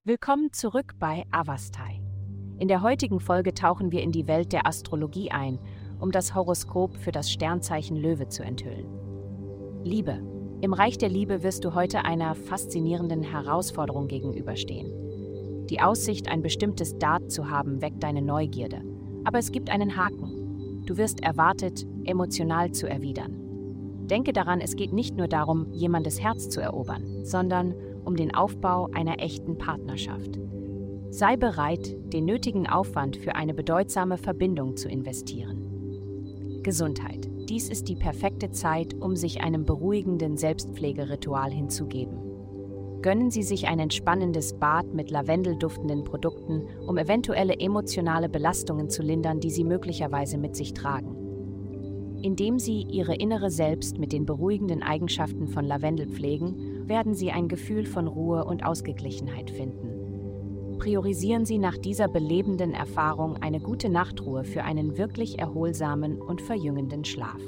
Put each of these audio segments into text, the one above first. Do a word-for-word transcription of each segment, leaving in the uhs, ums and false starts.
Willkommen zurück bei Avastai. In der heutigen Folge tauchen wir in die Welt der Astrologie ein, um das Horoskop für das Sternzeichen Löwe zu enthüllen. Liebe. Im Reich der Liebe wirst du heute einer faszinierenden Herausforderung gegenüberstehen. Die Aussicht, ein bestimmtes Date zu haben, weckt deine Neugierde. Aber es gibt einen Haken. Du wirst erwartet, emotional zu erwidern. Denke daran, es geht nicht nur darum, jemandes Herz zu erobern, sondern um den Aufbau einer echten Partnerschaft. Sei bereit, den nötigen Aufwand für eine bedeutsame Verbindung zu investieren. Gesundheit. Dies ist die perfekte Zeit, um sich einem beruhigenden Selbstpflegeritual hinzugeben. Gönnen Sie sich ein entspannendes Bad mit lavendelduftenden Produkten, um eventuelle emotionale Belastungen zu lindern, die Sie möglicherweise mit sich tragen. Indem Sie Ihre innere Selbst mit den beruhigenden Eigenschaften von Lavendel pflegen, werden Sie ein Gefühl von Ruhe und Ausgeglichenheit finden. Priorisieren Sie nach dieser belebenden Erfahrung eine gute Nachtruhe für einen wirklich erholsamen und verjüngenden Schlaf.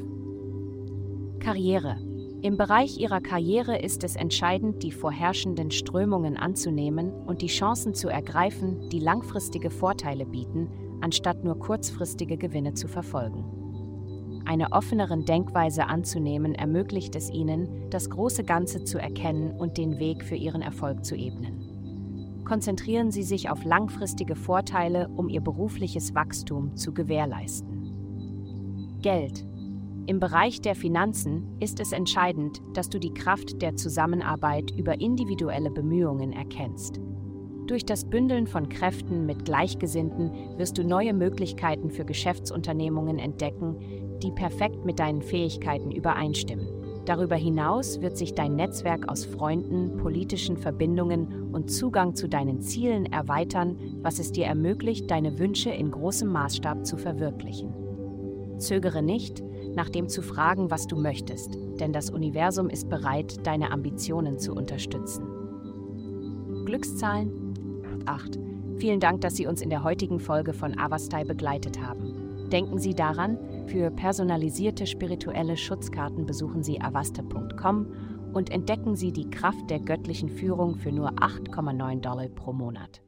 Karriere. Im Bereich Ihrer Karriere ist es entscheidend, die vorherrschenden Strömungen anzunehmen und die Chancen zu ergreifen, die langfristige Vorteile bieten, anstatt nur kurzfristige Gewinne zu verfolgen. Eine offeneren Denkweise anzunehmen ermöglicht es Ihnen, das große Ganze zu erkennen und den Weg für Ihren Erfolg zu ebnen. Konzentrieren Sie sich auf langfristige Vorteile, um Ihr berufliches Wachstum zu gewährleisten. Geld. Im Bereich der Finanzen ist es entscheidend, dass du die Kraft der Zusammenarbeit über individuelle Bemühungen erkennst. Durch das Bündeln von Kräften mit Gleichgesinnten wirst du neue Möglichkeiten für Geschäftsunternehmungen entdecken, die perfekt mit deinen Fähigkeiten übereinstimmen. Darüber hinaus wird sich dein Netzwerk aus Freunden, politischen Verbindungen und Zugang zu deinen Zielen erweitern, was es dir ermöglicht, deine Wünsche in großem Maßstab zu verwirklichen. Zögere nicht, nach dem zu fragen, was du möchtest, denn das Universum ist bereit, deine Ambitionen zu unterstützen. Glückszahlen acht. Vielen Dank, dass Sie uns in der heutigen Folge von Avastai begleitet haben. Denken Sie daran, für personalisierte spirituelle Schutzkarten besuchen Sie avastai punkt com und entdecken Sie die Kraft der göttlichen Führung für nur acht Komma neun Dollar pro Monat.